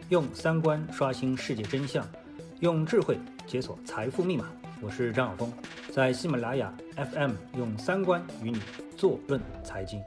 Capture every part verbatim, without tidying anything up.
用三观刷新世界真相，用智慧解锁财富密码。我是张晓峰，在喜马拉雅 F M 用三观与你坐论财经。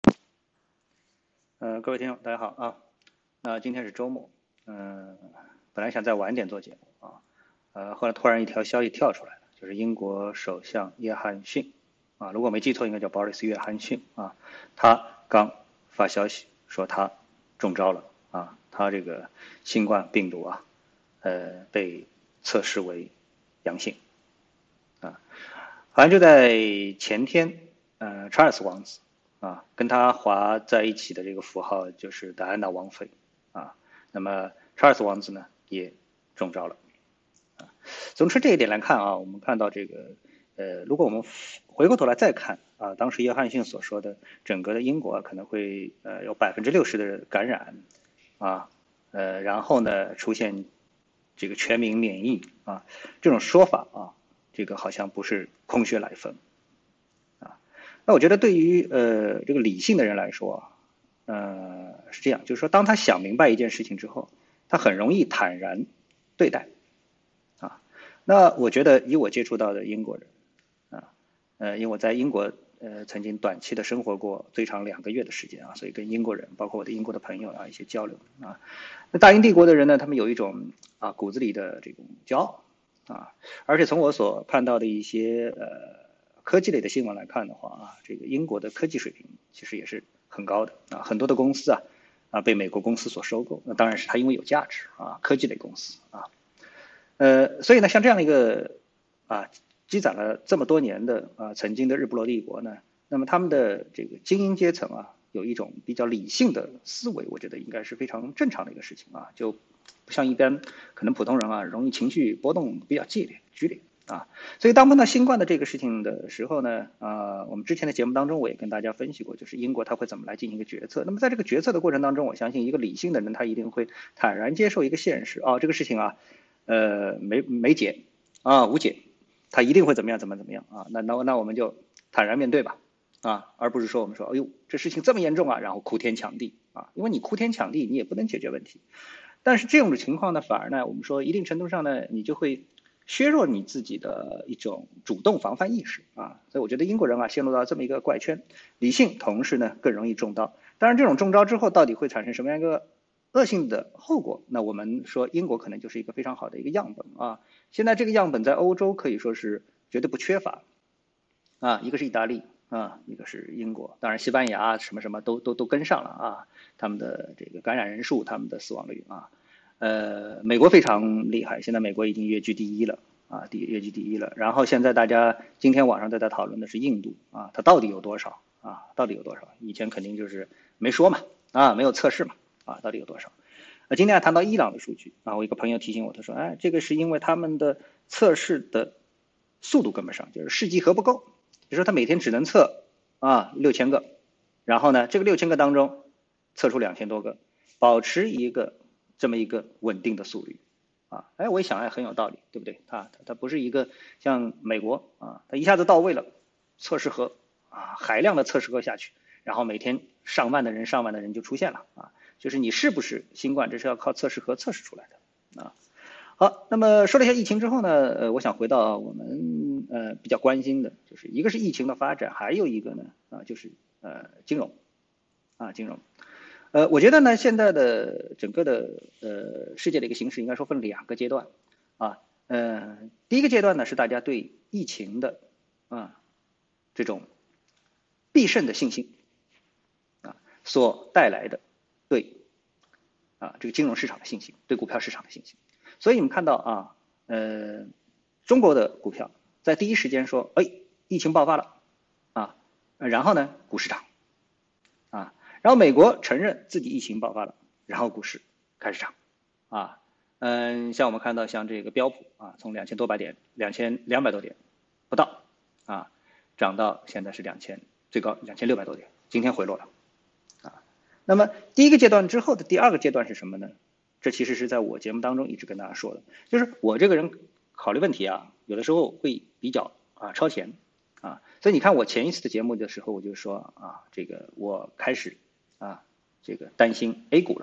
呃，各位听众，大家好啊。那、呃、今天是周末，嗯、呃，本来想再晚点做节目啊，呃，后来突然一条消息跳出来了，就是英国首相约翰逊啊，如果没记错，应该叫鲍里斯·约翰逊啊，他刚发消息说他中招了啊，他这个新冠病毒啊，呃，被测试为阳性啊，好像就在前天，呃，查尔斯王子啊，跟他划在一起的这个符号就是戴安娜王妃啊，那么查尔斯王子呢也中招了啊。从这一点来看啊，我们看到这个呃，如果我们回过头来再看啊，当时约翰逊所说的整个的英国可能会呃有百分之六十的感染啊，呃，然后呢出现这个全民免疫啊这种说法啊，这个好像不是空穴来风啊。那我觉得对于呃这个理性的人来说，呃是这样，就是说当他想明白一件事情之后，他很容易坦然对待啊。那我觉得以我接触到的英国人啊，呃，因为我在英国呃曾经短期的生活过最长两个月的时间啊，所以跟英国人，包括我的英国的朋友啊一些交流啊。那大英帝国的人呢，他们有一种啊骨子里的这种骄傲啊，而且从我所看到的一些呃科技类的新闻来看的话啊，这个英国的科技水平其实也是很高的啊，很多的公司啊啊被美国公司所收购，那当然是它因为有价值啊，科技类公司啊，呃，所以呢，像这样一个啊积攒了这么多年的啊曾经的日不落帝国呢，那么他们的这个精英阶层啊，有一种比较理性的思维，我觉得应该是非常正常的一个事情啊，就不像一般可能普通人啊，容易情绪波动比较激烈、剧烈啊。所以当碰到新冠的这个事情的时候呢，啊，我们之前的节目当中我也跟大家分析过，就是英国他会怎么来进行一个决策。那么在这个决策的过程当中，我相信一个理性的人他一定会坦然接受一个现实啊，这个事情啊，呃，没没解啊，无解，他一定会怎么样怎么怎么样啊。那那那我们就坦然面对吧。啊，而不是说我们说，哎呦，这事情这么严重啊，然后哭天抢地啊，因为你哭天抢地，你也不能解决问题。但是这种的情况呢，反而呢，我们说一定程度上呢，你就会削弱你自己的一种主动防范意识啊。所以我觉得英国人啊，陷入到这么一个怪圈，理性同时呢更容易中招。当然，这种中招之后到底会产生什么样一个恶性的后果？那我们说英国可能就是一个非常好的一个样本啊。现在这个样本在欧洲可以说是绝对不缺乏啊，一个是意大利。啊，一个是英国，当然西班牙什么什么都都都跟上了啊，他们的这个感染人数，他们的死亡率啊，呃，美国非常厉害，现在美国已经跃居第一了啊，第跃居第一了。然后现在大家今天网上在在讨论的是印度啊，它到底有多少啊？到底有多少？以前肯定就是没说嘛，啊，没有测试嘛，啊，到底有多少？那今天还谈到伊朗的数据啊，我一个朋友提醒我，他说，哎，这个是因为他们的测试的速度跟不上，就是试剂盒不够。比如说他每天只能测啊六千个，然后呢，这个六千个当中测出两千多个，保持一个这么一个稳定的速率啊，哎，我一想哎很有道理，对不对？它它不是一个像美国啊，它一下子到位了，测试盒啊海量的测试盒下去，然后每天上万的人上万的人就出现了啊，就是你是不是新冠，这是要靠测试盒测试出来的啊。好，那么说了一下疫情之后呢，呃，我想回到我们呃比较关心的，就是一个是疫情的发展，还有一个呢啊就是呃金融啊金融，呃，我觉得呢现在的整个的呃世界的一个形势应该说分两个阶段啊，呃，第一个阶段呢是大家对疫情的啊这种必胜的信心啊所带来的对啊这个金融市场的信心，对股票市场的信心。所以你们看到啊，呃，中国的股票在第一时间说，哎，疫情爆发了啊，然后呢，股市涨啊，然后美国承认自己疫情爆发了，然后股市开始涨啊，嗯，像我们看到像这个标普啊，从两千多百点，两千两百多点不到啊，涨到现在是两千，最高两千六百多点，今天回落了啊。那么第一个阶段之后的第二个阶段是什么呢？这其实是在我节目当中一直跟大家说的，就是我这个人考虑问题啊，有的时候会比较啊超前啊，所以你看我前一次的节目的时候，我就说啊，这个我开始啊这个担心 A 股了。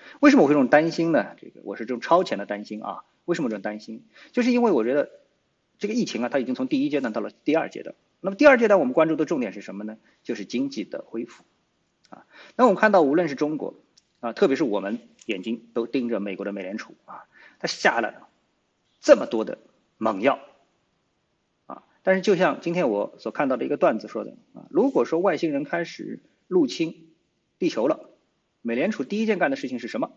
为什么我会这种担心呢？这个我是这种超前的担心啊。为什么这种担心？就是因为我觉得这个疫情啊，它已经从第一阶段到了第二阶段。那么第二阶段我们关注的重点是什么呢？就是经济的恢复啊。那我们看到无论是中国啊，特别是我们眼睛都盯着美国的美联储啊，它下了这么多的猛药啊。但是就像今天我所看到的一个段子说的啊，如果说外星人开始入侵地球了，美联储第一件干的事情是什么？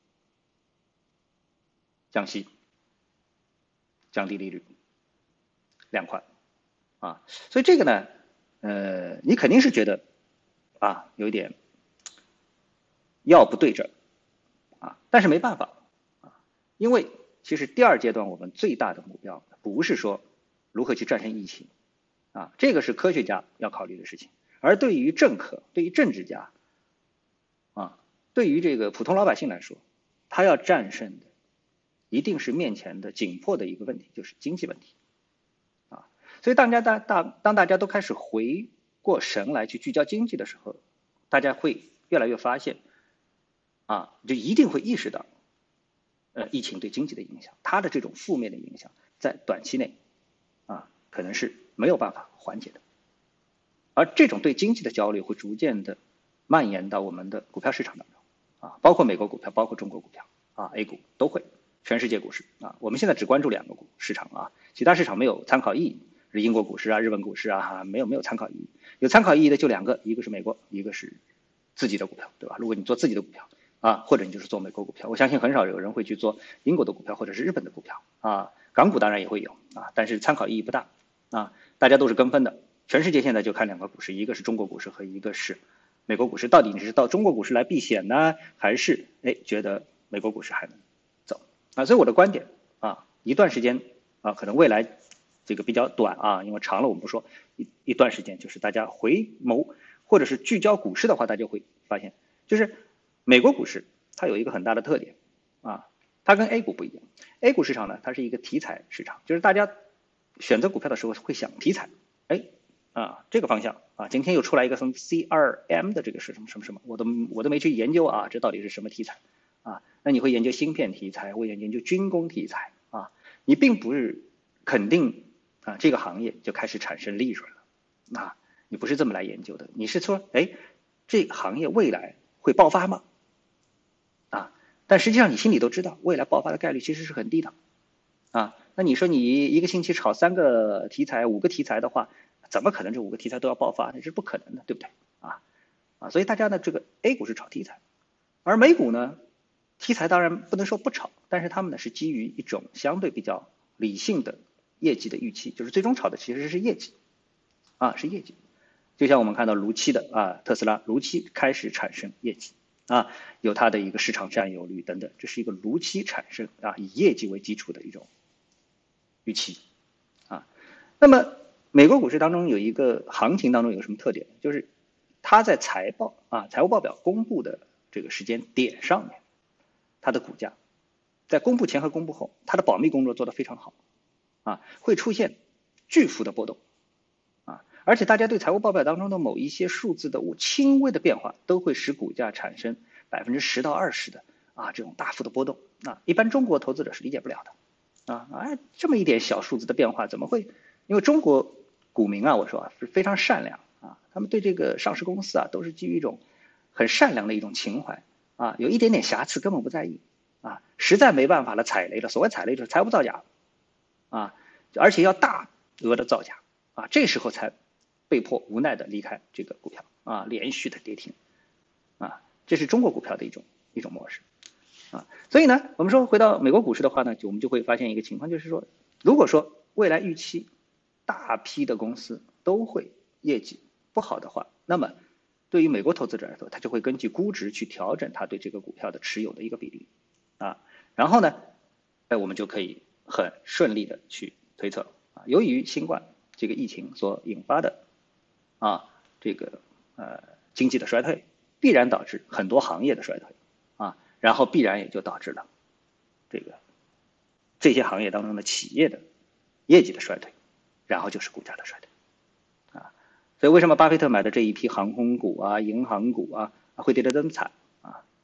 降息，降低利率，量宽啊。所以这个呢，呃，你肯定是觉得啊有一点药不对症啊，但是没办法啊，因为其实第二阶段我们最大的目标不是说如何去战胜疫情啊，这个是科学家要考虑的事情，而对于政客、对于政治家啊，对于这个普通老百姓来说，他要战胜的一定是面前的紧迫的一个问题，就是经济问题啊。所以当大家大当大家都开始回过神来去聚焦经济的时候，大家会越来越发现啊，就一定会意识到，呃，疫情对经济的影响，它的这种负面的影响，在短期内啊，可能是没有办法缓解的。而这种对经济的焦虑会逐渐的蔓延到我们的股票市场当中啊，包括美国股票，包括中国股票啊 ，A 股都会，全世界股市啊。我们现在只关注两个股市场啊，其他市场没有参考意义，是英国股市啊、日本股市啊，没有没有参考意义。有参考意义的就两个，一个是美国，一个是自己的股票，对吧？如果你做自己的股票啊，或者你就是做美国股票，我相信很少有人会去做英国的股票或者是日本的股票啊。港股当然也会有啊，但是参考意义不大啊，大家都是跟风的。全世界现在就看两个股市，一个是中国股市和一个是美国股市。到底你是到中国股市来避险呢，还是哎觉得美国股市还能走啊？所以我的观点啊，一段时间啊，可能未来这个比较短啊，因为长了我们不说，一一段时间就是大家回眸或者是聚焦股市的话，大家会发现，就是美国股市它有一个很大的特点啊，它跟 A 股不一样。A 股市场呢，它是一个题材市场，就是大家选择股票的时候会想题材，哎。啊，这个方向啊，今天又出来一个什么 C R M 的这个是什么什么什么，我都我都没去研究啊，这到底是什么题材啊？那你会研究芯片题材，会研究军工题材啊，你并不是肯定啊这个行业就开始产生利润了啊，你不是这么来研究的，你是说，哎，这个行业未来会爆发吗？啊，但实际上你心里都知道，未来爆发的概率其实是很低的啊。那你说你一个星期炒三个题材、五个题材的话，怎么可能这五个题材都要爆发？那是不可能的，对不对？啊啊，所以大家呢，这个 A 股是炒题材，而美股呢，题材当然不能说不炒，但是他们呢是基于一种相对比较理性的业绩的预期，就是最终炒的其实是业绩啊，是业绩。就像我们看到如期的啊，特斯拉如期开始产生业绩啊，有它的一个市场占有率等等，这是一个如期产生啊，以业绩为基础的一种预期啊。那么美国股市当中有一个行情当中有什么特点？就是它在财报啊财务报表公布的这个时间点上面，它的股价在公布前和公布后，它的保密工作做得非常好啊，会出现巨幅的波动啊，而且大家对财务报表当中的某一些数字的轻微的变化，都会使股价产生百分之十到二十的啊这种大幅的波动啊，一般中国投资者是理解不了的啊，哎，这么一点小数字的变化怎么会？因为中国股民啊，我说啊是非常善良啊，他们对这个上市公司啊都是基于一种很善良的一种情怀啊，有一点点瑕疵根本不在意啊，实在没办法了踩雷了，所谓踩雷就是财务造假啊，而且要大额的造假啊，这时候才被迫无奈的离开这个股票啊，连续的跌停啊，这是中国股票的一种一种模式啊，所以呢，我们说回到美国股市的话呢，就我们就会发现一个情况，就是说，如果说未来预期大批的公司都会业绩不好的话，那么对于美国投资者来说，他就会根据估值去调整他对这个股票的持有的一个比例啊，然后呢，哎，我们就可以很顺利的去推测啊，由于新冠这个疫情所引发的啊这个呃经济的衰退，必然导致很多行业的衰退啊，然后必然也就导致了这个这些行业当中的企业的业绩的衰退。然后就是股价的衰退啊，所以为什么巴菲特买的这一批航空股啊、银行股啊会跌得这么惨啊？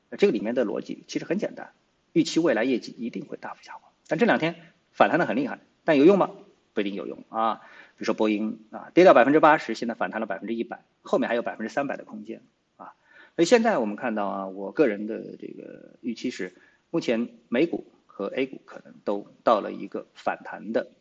这个里面的逻辑其实很简单，预期未来业绩一定会大幅下滑。但这两天反弹的很厉害，但有用吗？不一定有用啊。比如说波音啊，跌掉百分之八十，现在反弹了百分之一百，后面还有百分之三百的空间啊。所以现在我们看到啊，我个人的这个预期是，目前美股和 A 股可能都到了一个反弹的，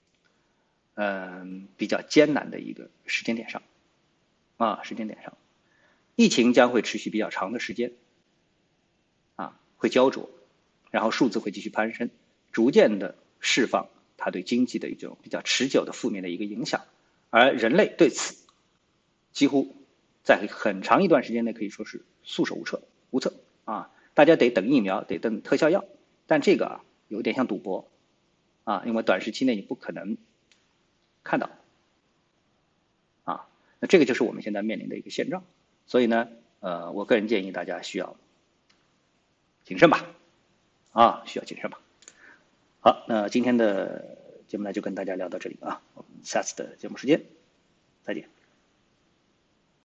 嗯，比较艰难的一个时间点上啊，时间点上，疫情将会持续比较长的时间啊，会焦灼，然后数字会继续攀升，逐渐的释放它对经济的一种比较持久的负面的一个影响，而人类对此几乎在很长一段时间内可以说是束手无策无策啊，大家得等疫苗，得等特效药，但这个啊有点像赌博啊，因为短时期内你不可能看到啊，那这个就是我们现在面临的一个现状，所以呢，呃，我个人建议大家需要谨慎吧，啊，需要谨慎吧。好，那今天的节目呢就跟大家聊到这里啊，我们下次的节目时间再见。